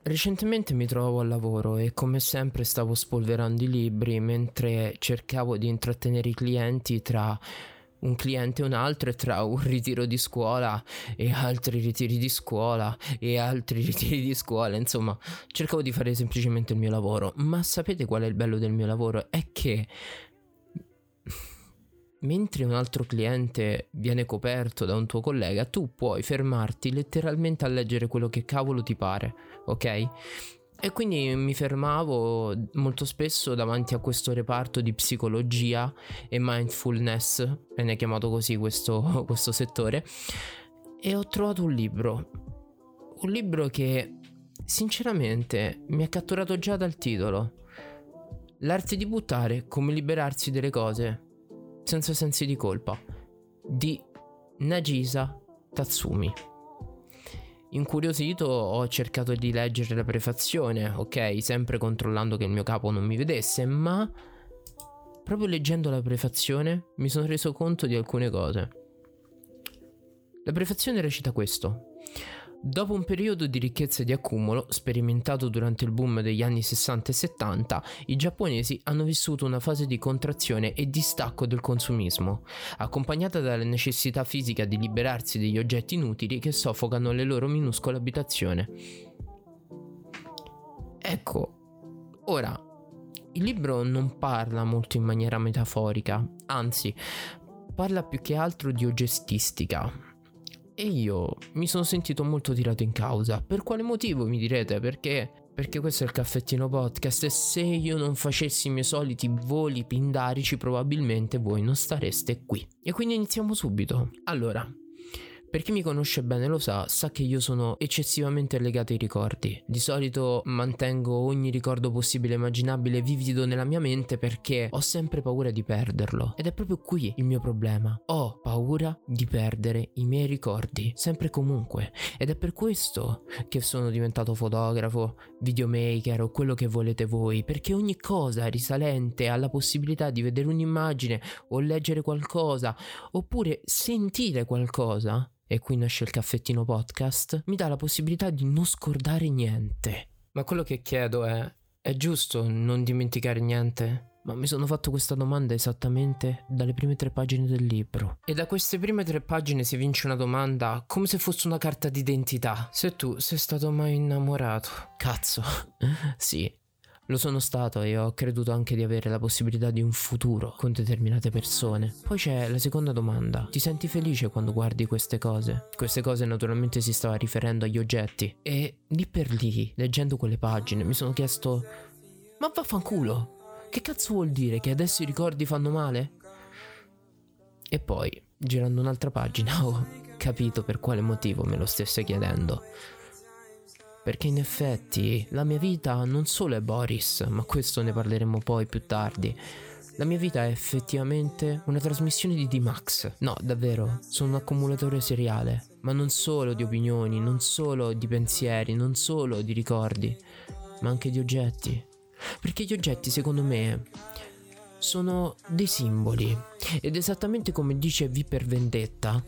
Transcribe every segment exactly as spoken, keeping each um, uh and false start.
Recentemente mi trovavo al lavoro e come sempre stavo spolverando i libri mentre cercavo di intrattenere i clienti tra un cliente e un altro, e tra un ritiro di scuola e altri ritiri di scuola e altri ritiri di scuola. Insomma, cercavo di fare semplicemente il mio lavoro. Ma sapete qual è il bello del mio lavoro? È che mentre un altro cliente viene coperto da un tuo collega, tu puoi fermarti letteralmente a leggere quello che cavolo ti pare, ok? E quindi mi fermavo molto spesso davanti a questo reparto di psicologia e mindfulness, viene chiamato così questo, questo settore, e ho trovato un libro, un libro che sinceramente mi ha catturato già dal titolo: L'arte di buttare, come liberarsi delle cose senza sensi di colpa, di Nagisa Tatsumi. Incuriosito ho cercato di leggere la prefazione, ok, sempre controllando che il mio capo non mi vedesse, ma proprio leggendo la prefazione mi sono reso conto di alcune cose. La prefazione recita questo: dopo un periodo di ricchezza e di accumulo sperimentato durante il boom degli anni sessanta e settanta, i giapponesi hanno vissuto una fase di contrazione e distacco del consumismo, accompagnata dalla necessità fisica di liberarsi degli oggetti inutili che soffocano le loro minuscole abitazioni. Ecco, ora, il libro non parla molto in maniera metaforica, anzi, parla più che altro di oggettistica. E io mi sono sentito molto tirato in causa. Per quale motivo, mi direte? Perché? Perché questo è il Caffettino Podcast e se io non facessi i miei soliti voli pindarici probabilmente voi non stareste qui. E quindi iniziamo subito. Allora, per chi mi conosce bene lo sa, sa che io sono eccessivamente legato ai ricordi. Di solito mantengo ogni ricordo possibile e immaginabile vivido nella mia mente perché ho sempre paura di perderlo. Ed è proprio qui il mio problema. Ho paura di perdere i miei ricordi, sempre e comunque. Ed è per questo che sono diventato fotografo, videomaker o quello che volete voi, perché ogni cosa risalente alla possibilità di vedere un'immagine o leggere qualcosa oppure sentire qualcosa, e qui nasce il Caffettino Podcast, mi dà la possibilità di non scordare niente. Ma quello che chiedo è: è giusto non dimenticare niente? Ma mi sono fatto questa domanda esattamente dalle prime tre pagine del libro. E da queste prime tre pagine si vince una domanda come se fosse una carta d'identità. Se tu sei stato mai innamorato? Cazzo, sì. Lo sono stato e ho creduto anche di avere la possibilità di un futuro con determinate persone. Poi c'è la seconda domanda: ti senti felice quando guardi queste cose? Queste cose naturalmente si stava riferendo agli oggetti. E lì per lì, leggendo quelle pagine, mi sono chiesto: ma vaffanculo, che cazzo vuol dire? Che adesso i ricordi fanno male? E poi, girando un'altra pagina, ho capito per quale motivo me lo stesse chiedendo. Perché in effetti la mia vita non solo è Boris, ma questo ne parleremo poi più tardi. La mia vita è effettivamente una trasmissione di D-Max. No, davvero, sono un accumulatore seriale, ma non solo di opinioni, non solo di pensieri, non solo di ricordi, ma anche di oggetti. Perché gli oggetti, secondo me, sono dei simboli. Ed esattamente come dice V per Vendetta,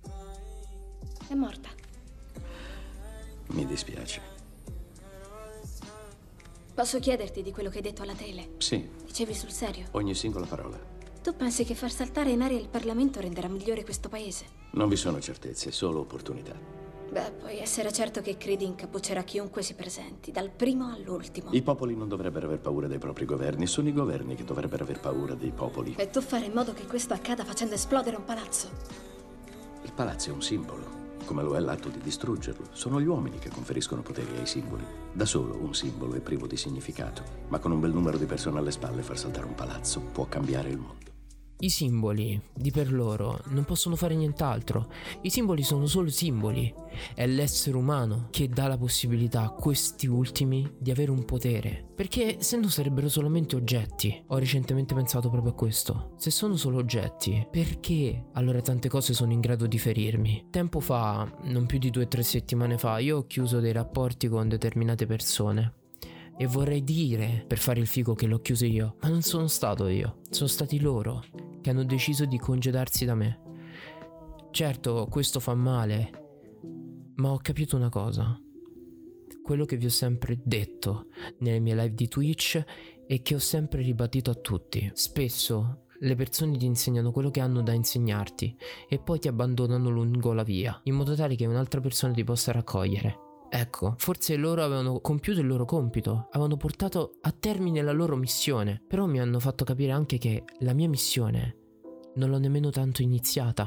è morta. Mi dispiace. Posso chiederti di quello che hai detto alla tele? Sì. Dicevi sul serio? Ogni singola parola. Tu pensi che far saltare in aria il Parlamento renderà migliore questo paese? Non vi sono certezze, solo opportunità. Beh, puoi essere certo che Creed incappuccerà chiunque si presenti, dal primo all'ultimo. I popoli non dovrebbero aver paura dei propri governi, sono i governi che dovrebbero aver paura dei popoli. E tu fare in modo che questo accada facendo esplodere un palazzo. Il palazzo è un simbolo, come lo è l'atto di distruggerlo. Sono gli uomini che conferiscono poteri ai simboli. Da solo un simbolo è privo di significato, ma con un bel numero di persone alle spalle far saltare un palazzo può cambiare il mondo. i simboli, di per loro, non possono fare nient'altro. I simboli sono solo simboli. È l'essere umano che dà la possibilità a questi ultimi di avere un potere. Perché se no sarebbero solamente oggetti. Ho recentemente pensato proprio a questo. Se sono solo oggetti, perché allora tante cose sono in grado di ferirmi? Tempo fa, non più di due o tre settimane fa, io ho chiuso dei rapporti con determinate persone. E vorrei dire per fare il figo che l'ho chiuso io, ma non sono stato io, sono stati loro che hanno deciso di congedarsi da me. Certo, questo fa male, ma ho capito una cosa. quello che vi ho sempre detto nelle mie live di Twitch e che ho sempre ribadito a tutti. Spesso le persone ti insegnano quello che hanno da insegnarti e poi ti abbandonano lungo la via, in modo tale che un'altra persona ti possa raccogliere. Ecco, forse loro avevano compiuto il loro compito, avevano portato a termine la loro missione, però mi hanno fatto capire anche che la mia missione non l'ho nemmeno tanto iniziata.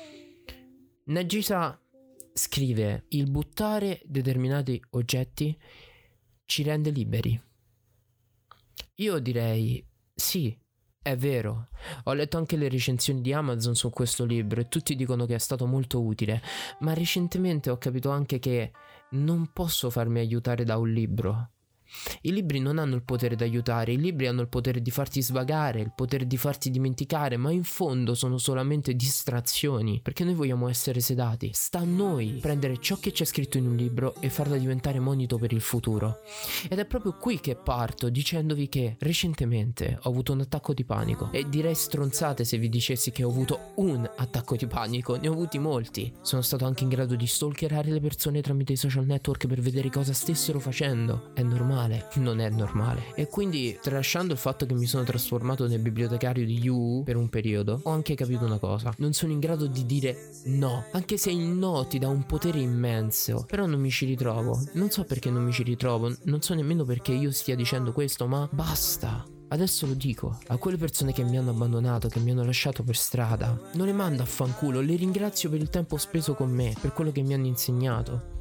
Nagisa scrive: il buttare determinati oggetti ci rende liberi. Io direi sì, è vero. Ho letto anche le recensioni di Amazon su questo libro e tutti dicono che è stato molto utile, ma recentemente ho capito anche che non posso farmi aiutare da un libro. I libri non hanno il potere di aiutare, i libri hanno il potere di farti svagare, il potere di farti dimenticare, ma in fondo sono solamente distrazioni, perché noi vogliamo essere sedati. Sta a noi prendere ciò che c'è scritto in un libro e farlo diventare monito per il futuro. Ed è proprio qui che parto dicendovi che recentemente ho avuto un attacco di panico, e direi stronzate se vi dicessi che ho avuto un attacco di panico, ne ho avuti molti. Sono stato anche in grado di stalkerare le persone tramite i social network per vedere cosa stessero facendo. È normale. Non è normale. E quindi, tralasciando il fatto che mi sono trasformato nel bibliotecario di You per un periodo, ho anche capito una cosa: non sono in grado di dire no, anche se il no ti dà un potere immenso. Però non mi ci ritrovo. Non so perché non mi ci ritrovo, non so nemmeno perché io stia dicendo questo, ma basta. Adesso lo dico a quelle persone che mi hanno abbandonato, che mi hanno lasciato per strada. Non le mando a fanculo, le ringrazio per il tempo speso con me, per quello che mi hanno insegnato.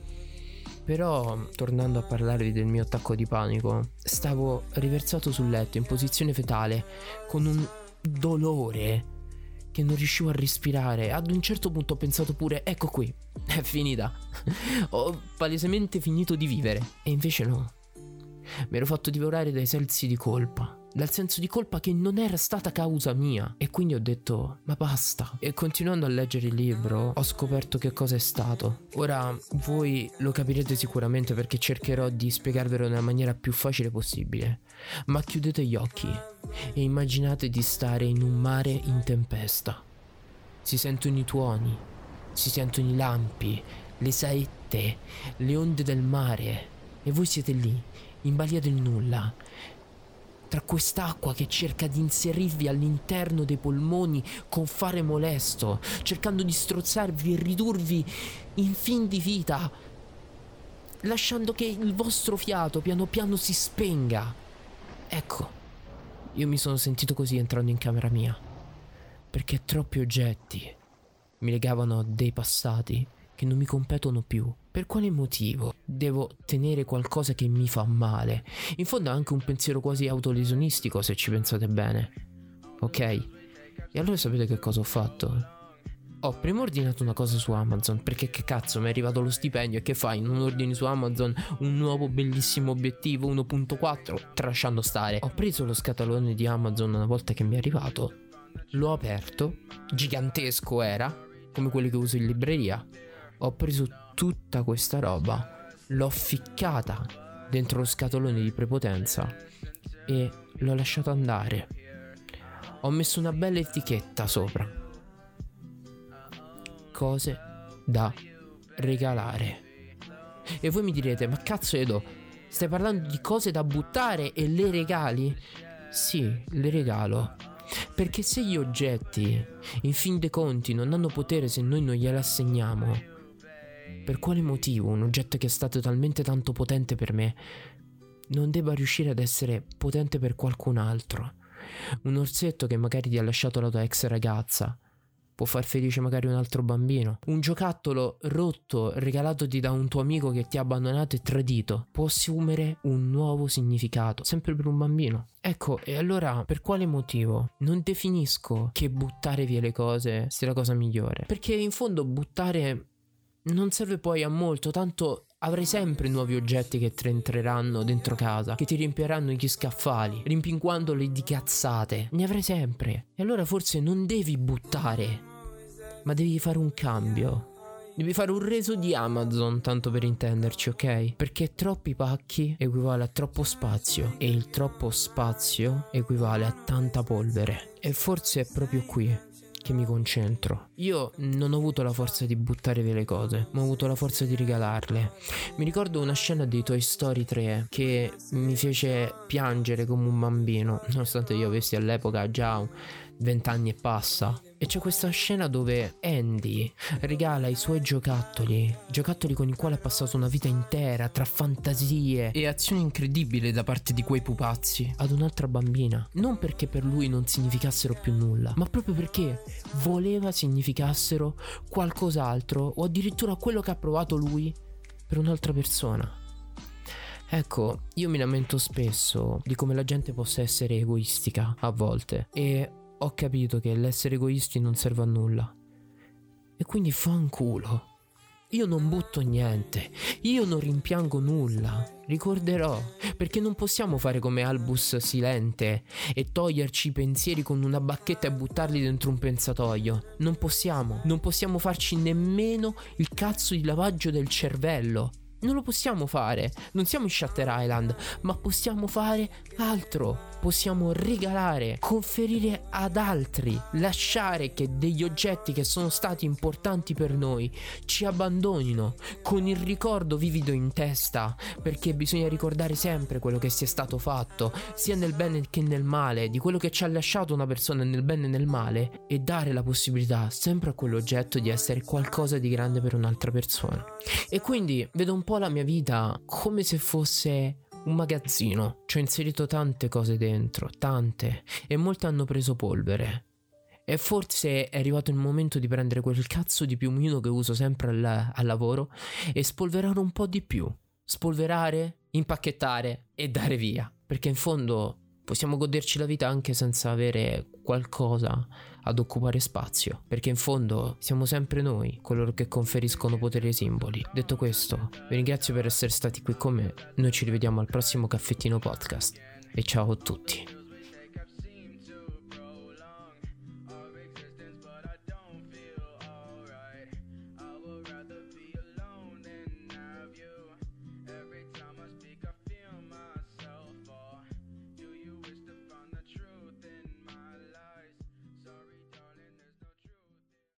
Però, tornando a parlarvi del mio attacco di panico, stavo riversato sul letto in posizione fetale con un dolore che non riuscivo a respirare. Ad un certo punto ho pensato pure: ecco qui, è finita. Ho palesemente finito di vivere. E invece no. Mi ero fatto divorare dai sensi di colpa, dal senso di colpa che non era stata causa mia. E quindi ho detto: ma basta. E continuando a leggere il libro ho scoperto che cosa è stato. Ora voi lo capirete sicuramente, perché cercherò di spiegarvelo nella maniera più facile possibile. Ma chiudete gli occhi e immaginate di stare in un mare in tempesta. Si sentono i tuoni, si sentono i lampi, le saette, le onde del mare, e voi siete lì, in balia del nulla, tra quest'acqua che cerca di inserirvi all'interno dei polmoni con fare molesto, cercando di strozzarvi e ridurvi in fin di vita, lasciando che il vostro fiato piano piano si spenga. Ecco, io mi sono sentito così entrando in camera mia, perché troppi oggetti mi legavano a dei passati che non mi competono più. Per quale motivo devo tenere qualcosa che mi fa male? In fondo è anche un pensiero quasi autolesionistico, se ci pensate bene. Ok? E allora sapete che cosa ho fatto? Ho prima ordinato una cosa su Amazon, perché che cazzo, mi è arrivato lo stipendio e che fai? Non ordini su Amazon un nuovo bellissimo obiettivo uno punto quattro? Tralasciando stare. Ho preso lo scatolone di Amazon una volta che mi è arrivato, l'ho aperto, gigantesco era, come quelli che uso in libreria. Ho preso tutta questa roba, l'ho ficcata dentro lo scatolone di prepotenza e l'ho lasciato andare. Ho messo una bella etichetta sopra: cose da regalare. E voi mi direte: ma cazzo Edo, stai parlando di cose da buttare e le regali? Sì, le regalo, perché se gli oggetti in fin dei conti non hanno potere se noi non glieli assegniamo, per quale motivo un oggetto che è stato talmente tanto potente per me non debba riuscire ad essere potente per qualcun altro? Un orsetto che magari ti ha lasciato la tua ex ragazza può far felice magari un altro bambino. Un giocattolo rotto regalatoti da un tuo amico che ti ha abbandonato e tradito può assumere un nuovo significato, sempre per un bambino. Ecco, e allora per quale motivo non definisco che buttare via le cose sia la cosa migliore? Perché in fondo buttare non serve poi a molto, tanto avrai sempre nuovi oggetti che ti entreranno dentro casa, che ti riempiranno gli scaffali, rimpinguandoli di cazzate. Ne avrai sempre. E allora forse non devi buttare, ma devi fare un cambio. Devi fare un reso di Amazon, tanto per intenderci, ok? Perché troppi pacchi equivale a troppo spazio, e il troppo spazio equivale a tanta polvere. E forse è proprio qui che mi concentro. Io non ho avuto la forza di buttare via le cose, ma ho avuto la forza di regalarle. Mi ricordo una scena di Toy Story tre che mi fece piangere come un bambino, nonostante io avessi all'epoca già vent'anni e passa. E c'è questa scena dove Andy regala i suoi giocattoli, giocattoli con i quali ha passato una vita intera, tra fantasie e azioni incredibili da parte di quei pupazzi, ad un'altra bambina. Non perché per lui non significassero più nulla, ma proprio perché voleva significassero qualcos'altro, o addirittura quello che ha provato lui per un'altra persona. Ecco, io mi lamento spesso di come la gente possa essere egoistica a volte, e ho capito che l'essere egoisti non serve a nulla. E quindi fanculo. Io non butto niente, io non rimpiango nulla, ricorderò, perché non possiamo fare come Albus Silente e toglierci i pensieri con una bacchetta e buttarli dentro un pensatoio. Non possiamo, non possiamo farci nemmeno il cazzo di lavaggio del cervello. Non lo possiamo fare, non siamo in Shutter Island, ma possiamo fare altro. Possiamo regalare, conferire ad altri, lasciare che degli oggetti che sono stati importanti per noi ci abbandonino con il ricordo vivido in testa, perché bisogna ricordare sempre quello che sia stato fatto, sia nel bene che nel male, di quello che ci ha lasciato una persona nel bene e nel male, e dare la possibilità sempre a quell'oggetto di essere qualcosa di grande per un'altra persona. E quindi vedo un po' la mia vita come se fosse un magazzino. Ci ho inserito tante cose dentro, tante, e molte hanno preso polvere. E forse è arrivato il momento di prendere quel cazzo di piumino che uso sempre al, al lavoro e spolverare un po' di più. Spolverare, impacchettare e dare via. Perché in fondo possiamo goderci la vita anche senza avere qualcosa ad occupare spazio, perché in fondo siamo sempre noi coloro che conferiscono potere ai simboli. Detto questo, vi ringrazio per essere stati qui con me. Noi ci rivediamo al prossimo Caffettino Podcast e ciao a tutti.